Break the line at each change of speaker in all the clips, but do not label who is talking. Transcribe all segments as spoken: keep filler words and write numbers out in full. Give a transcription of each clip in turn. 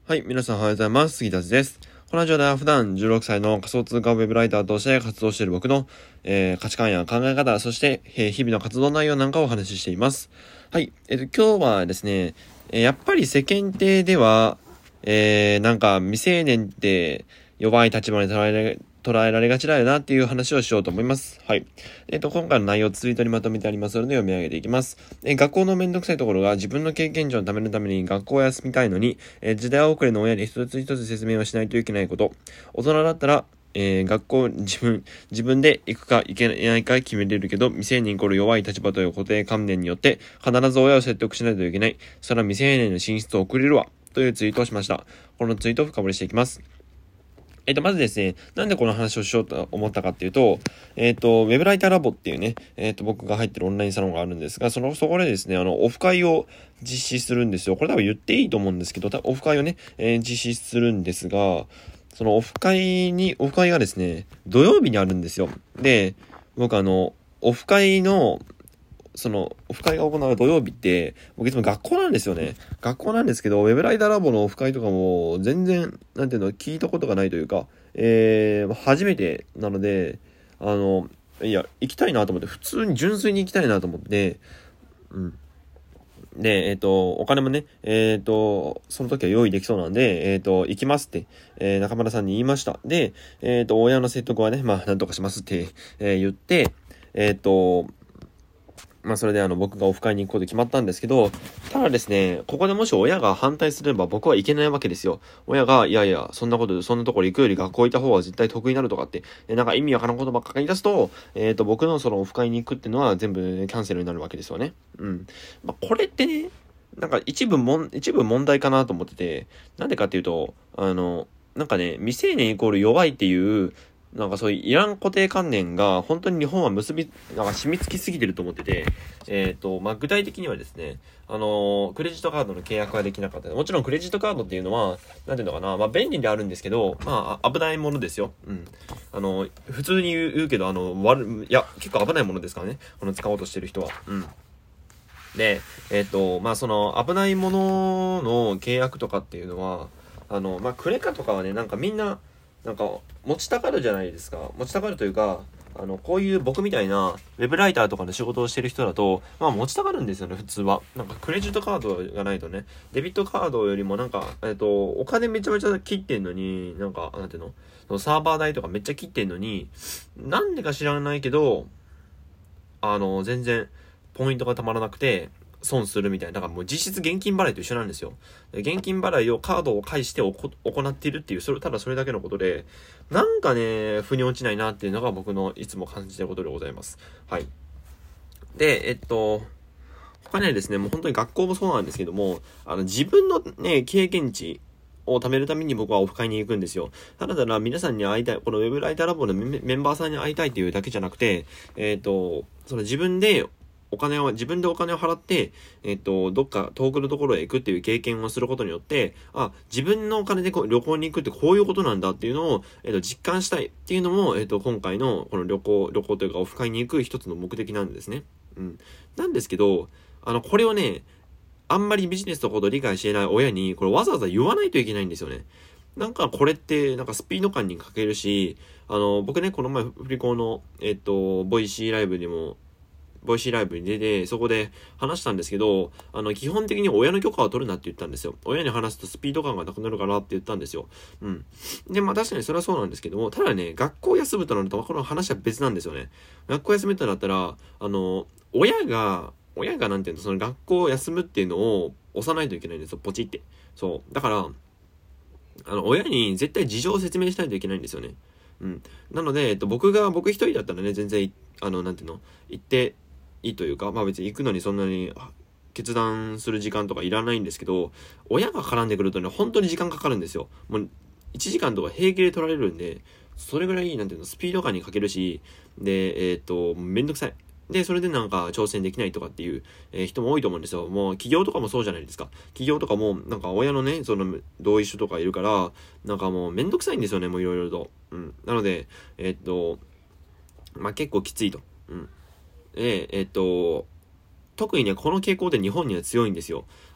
はい、皆さんおはようございます。杉田です。このラジオでは普段じゅうろくさいの仮想通貨ウェブライターとして活動している僕の、えー、価値観や考え方、そして、えー、日々の活動内容なんかをお話ししています。はい、えっと、今日はですね、えー、やっぱり世間体では、えー、なんか未成年って弱い立場に捉えられ捉えられがちだよなっていう話をしようと思います。はい。えっと、今回の内容をツイートにまとめてありますので読み上げていきます。え学校のめんどくさいところが自分の経験値を貯めるために学校を休みたいのに、え時代遅れの親に一つ一つ説明をしないといけないこと。大人だったら、えー、学校自分、自分で行くか行けないか決めれるけど、未成年イコール弱い立場という固定観念によって、必ず親を説得しないといけない。それは未成年の進出を遅れるわ。というツイートをしました。このツイートを深掘りしていきます。えっと、まずですね、なんでこの話をしようと思ったかっていうと、えっと、ウェブライターラボっていうね、えっと、僕が入ってるオンラインサロンがあるんですが、その、そこでですね、あの、オフ会を実施するんですよ。これ多分言っていいと思うんですけど、オフ会をね、えー、実施するんですが、そのオフ会に、オフ会がですね、土曜日にあるんですよ。で、僕あの、オフ会の、その、オフ会が行われる土曜日って、僕いつも学校なんですよね。学校なんですけど、ウェブライターラボのオフ会とかも、全然、なんていうの、聞いたことがないというか、えー、初めてなので、あの、いや、行きたいなと思って、普通に純粋に行きたいなと思って、うん。で、えっと、お金もね、えっと、その時は用意できそうなんで、えっと、行きますって、えー、中村さんに言いました。で、えっと、親の説得はね、まあ、なんとかしますって、えー、言って、えっと、まあそれであの僕がオフ会に行くこと決まったんですけど、ただですね、ここでもし親が反対すれば僕は行けないわけですよ。親が、いやいや、そんなこと、そんなところ行くより学校行った方が絶対得になるとかって、なんか意味わからんことばっかり言い出すと、えっと、僕のそのオフ会に行くっていうのは全部キャンセルになるわけですよね。うん。まあこれってね、なんか一部もん、一部問題かなと思ってて、なんでかっていうと、あの、なんかね、未成年イコール弱いっていう、なんかそういうイラン固定観念が本当に日本は結び、なんか染み付きすぎてると思ってて、えっと、まあ、具体的にはですね、あのー、クレジットカードの契約はできなかった。もちろんクレジットカードっていうのは、なんていうのかな、まあ、便利であるんですけど、まあ、危ないものですよ。うん。あの、普通に言うけど、あの、悪、いや、結構危ないものですからね。この使おうとしてる人は。うん。で、えっと、まあ、その、危ないものの契約とかっていうのは、あの、まあ、クレカとかはね、なんかみんな、なんか、持ちたがるじゃないですか。持ちたがるというか、あの、こういう僕みたいな、ウェブライターとかの仕事をしてる人だと、まあ持ちたがるんですよね、普通は。なんか、クレジットカードがないとね、デビットカードよりもなんか、えっと、お金めちゃめちゃ切ってんのに、なんか、なんていうの、そのサーバー代とかめっちゃ切ってんのに、なんでか知らないけど、あの、全然、ポイントがたまらなくて、損するみたいな。だからもう実質現金払いと一緒なんですよ。現金払いをカードを介して行っているっていう、それ、ただそれだけのことで、なんかね、腑に落ちないなっていうのが僕のいつも感じていることでございます。はい。で、えっと、他にはですね、もう本当に学校もそうなんですけども、あの、自分のね、経験値、を貯めるために僕はオフ会に行くんですよ。ただただ皆さんに会いたい、このウェブライターラボのメンバーさんに会いたいっていうだけじゃなくて、えっと、その自分でお金を、自分でお金を払って、えっと、どっか遠くのところへ行くっていう経験をすることによって、あ、自分のお金でこう旅行に行くってこういうことなんだっていうのを、えっと、実感したいっていうのも、えっと、今回のこの旅行、旅行というかオフ会に行く一つの目的なんですね。うん。なんですけど、あの、これをね、あんまりビジネスのことを理解していない親に、これわざわざ言わないといけないんですよね。なんかこれって、なんかスピード感に欠けるし、あの、僕ね、この前、フリコの、えっと、ボイシーライブにも、ボイシーライブに出て、そこで話したんですけど、あの、基本的に親の許可を取るなって言ったんですよ。親に話すとスピード感がなくなるからって言ったんですよ。うん。で、まあ確かにそれはそうなんですけども、ただね、学校休むとなると、この話は別なんですよね。学校休むとなったら、あの、親が、親がなんていうの、その学校を休むっていうのを押さないといけないんですよ、ポチって。そう。だから、あの、親に絶対事情を説明しないといけないんですよね。うん。なので、えっと、僕が、僕一人だったらね、全然、あの、なんていうの、行っていいというか、まあ別に行くのにそんなに、決断する時間とかいらないんですけど、親が絡んでくるとね、本当に時間かかるんですよ。もう、いちじかんとか平気で取られるんで、それぐらい、なんていうの、スピード感に欠けるし、で、えっと、めんどくさい。で、それでなんか挑戦できないとかっていう、えー人も多いと思うんですよ。もう企業とかもそうじゃないですか。企業とかもなんか親のね、その同意書とかいるから、なんかもうめんどくさいんですよね、もういろいろと。うん。なので、えーっと、まあ、結構きついと。うん。で、えーっと、特にね、この傾向で日本には強いんですよ。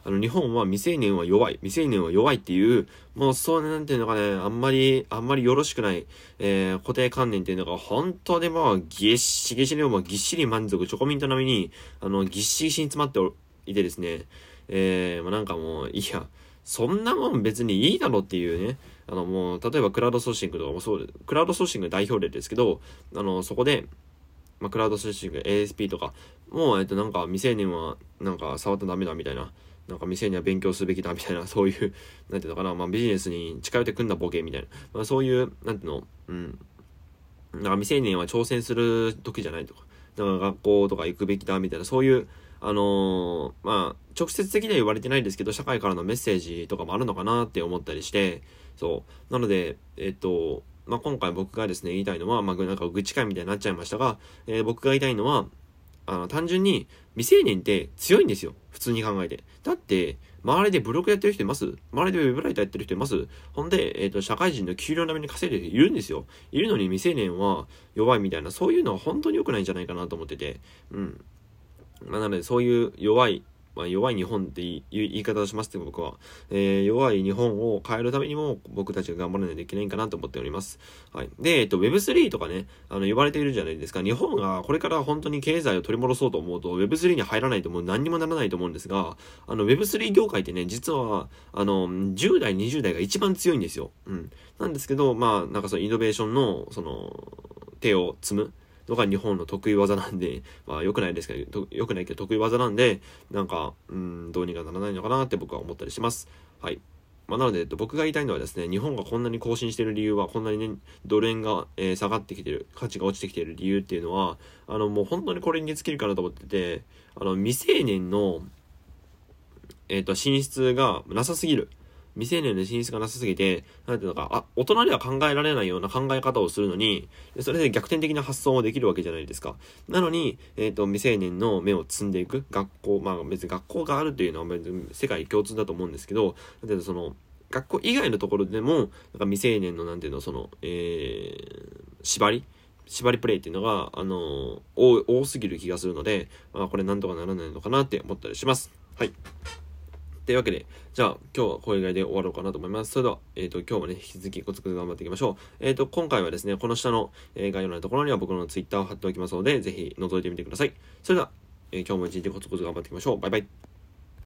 あの日本は未成年は弱い未成年は弱いっていう、もうそうなんていうのかね、あんまりあんまりよろしくない、えー、固定観念っていうのが本当でもうぎっしぎしにもうぎっしり満足チョコミント並みにあのぎっしぎしに詰まっていてですね、えー、まあ、なんかもういやそんなもん別にいいだろっていうね、あのもう例えばクラウドソーシングとかもそうで、クラウドソーシング代表例ですけど、あのそこでまあ、クラウドソーシング エーエスピー とかもうえっとなんか未成年はなんか触ったらダメだみたいな、なんか未成年は勉強すべきだみたいな、そういうなんていうのかな、まあビジネスに近寄ってくんだボケみたいな、まあそういうなんていうの、うんなんか未成年は挑戦する時じゃないとか、だから学校とか行くべきだみたいな、そういうあのー、まあ直接的には言われてないですけど、社会からのメッセージとかもあるのかなって思ったりして、そうなのでえっとまあ今回僕がですね言いたいのは、まあなんか愚痴会みたいになっちゃいましたが、えー、僕が言いたいのはあの単純に未成年って強いんですよ、普通に考えて。だって周りでブログやってる人います？周りでウェブライターやってる人います？ほんで、えっと、社会人の給料並みに稼いでる人いるんですよ。いるのに未成年は弱いみたいな、そういうのは本当に良くないんじゃないかなと思ってて。うん。まあ、なので、そういう弱い、まあ、弱い日本っていう言い方をしますって僕は、えー、弱い日本を変えるためにも僕たちが頑張らないといけないかなと思っております。はい。で、えっと、ウェブスリー とかね、あの、言われているじゃないですか。日本がこれから本当に経済を取り戻そうと思うと、ウェブスリー に入らないともう何にもならないと思うんですが、あの、ウェブスリー 業界ってね、実は、あの、じゅう代、にじゅう代が一番強いんですよ。うん。なんですけど、まあ、なんかそのイノベーションの、その、手を積むのが日本の得意技なんで、まあ良くないですけど、良くないけど得意技なんで、なんか、うん、どうにかならないのかなって僕は思ったりします。はい。まあ、なので、えっと、僕が言いたいのはですね、日本がこんなに更新している理由は、こんなにね、ドル円が、えー、下がってきている、価値が落ちてきている理由っていうのは、あの、もう本当にこれに尽きるかなと思ってて、あの、未成年の、えっと、進出がなさすぎる。未成年の進出がなさすぎて、なんていうのか、あ、大人では考えられないような考え方をするのに、それで逆転的な発想もできるわけじゃないですか。なのに、えっと、未成年の目を摘んでいく学校、まあ別に学校があるというのは別に世界共通だと思うんですけど、だってその、学校以外のところでも、なんか未成年のなんていうの、その、えー、縛り縛りプレイっていうのが、あのー、多すぎる気がするので、まあこれなんとかならないのかなって思ったりします。はい。というわけで、じゃあ今日はこれぐらいで終わろうかなと思います。それでは、えっと、今日もね、引き続きコツコツ頑張っていきましょう。えっと、今回はですね、この下の、えー、概要欄のところには僕のツイッターを貼っておきますので、ぜひ覗いてみてください。それでは、えー、今日も一日コツコツ頑張っていきましょう。バイバイ。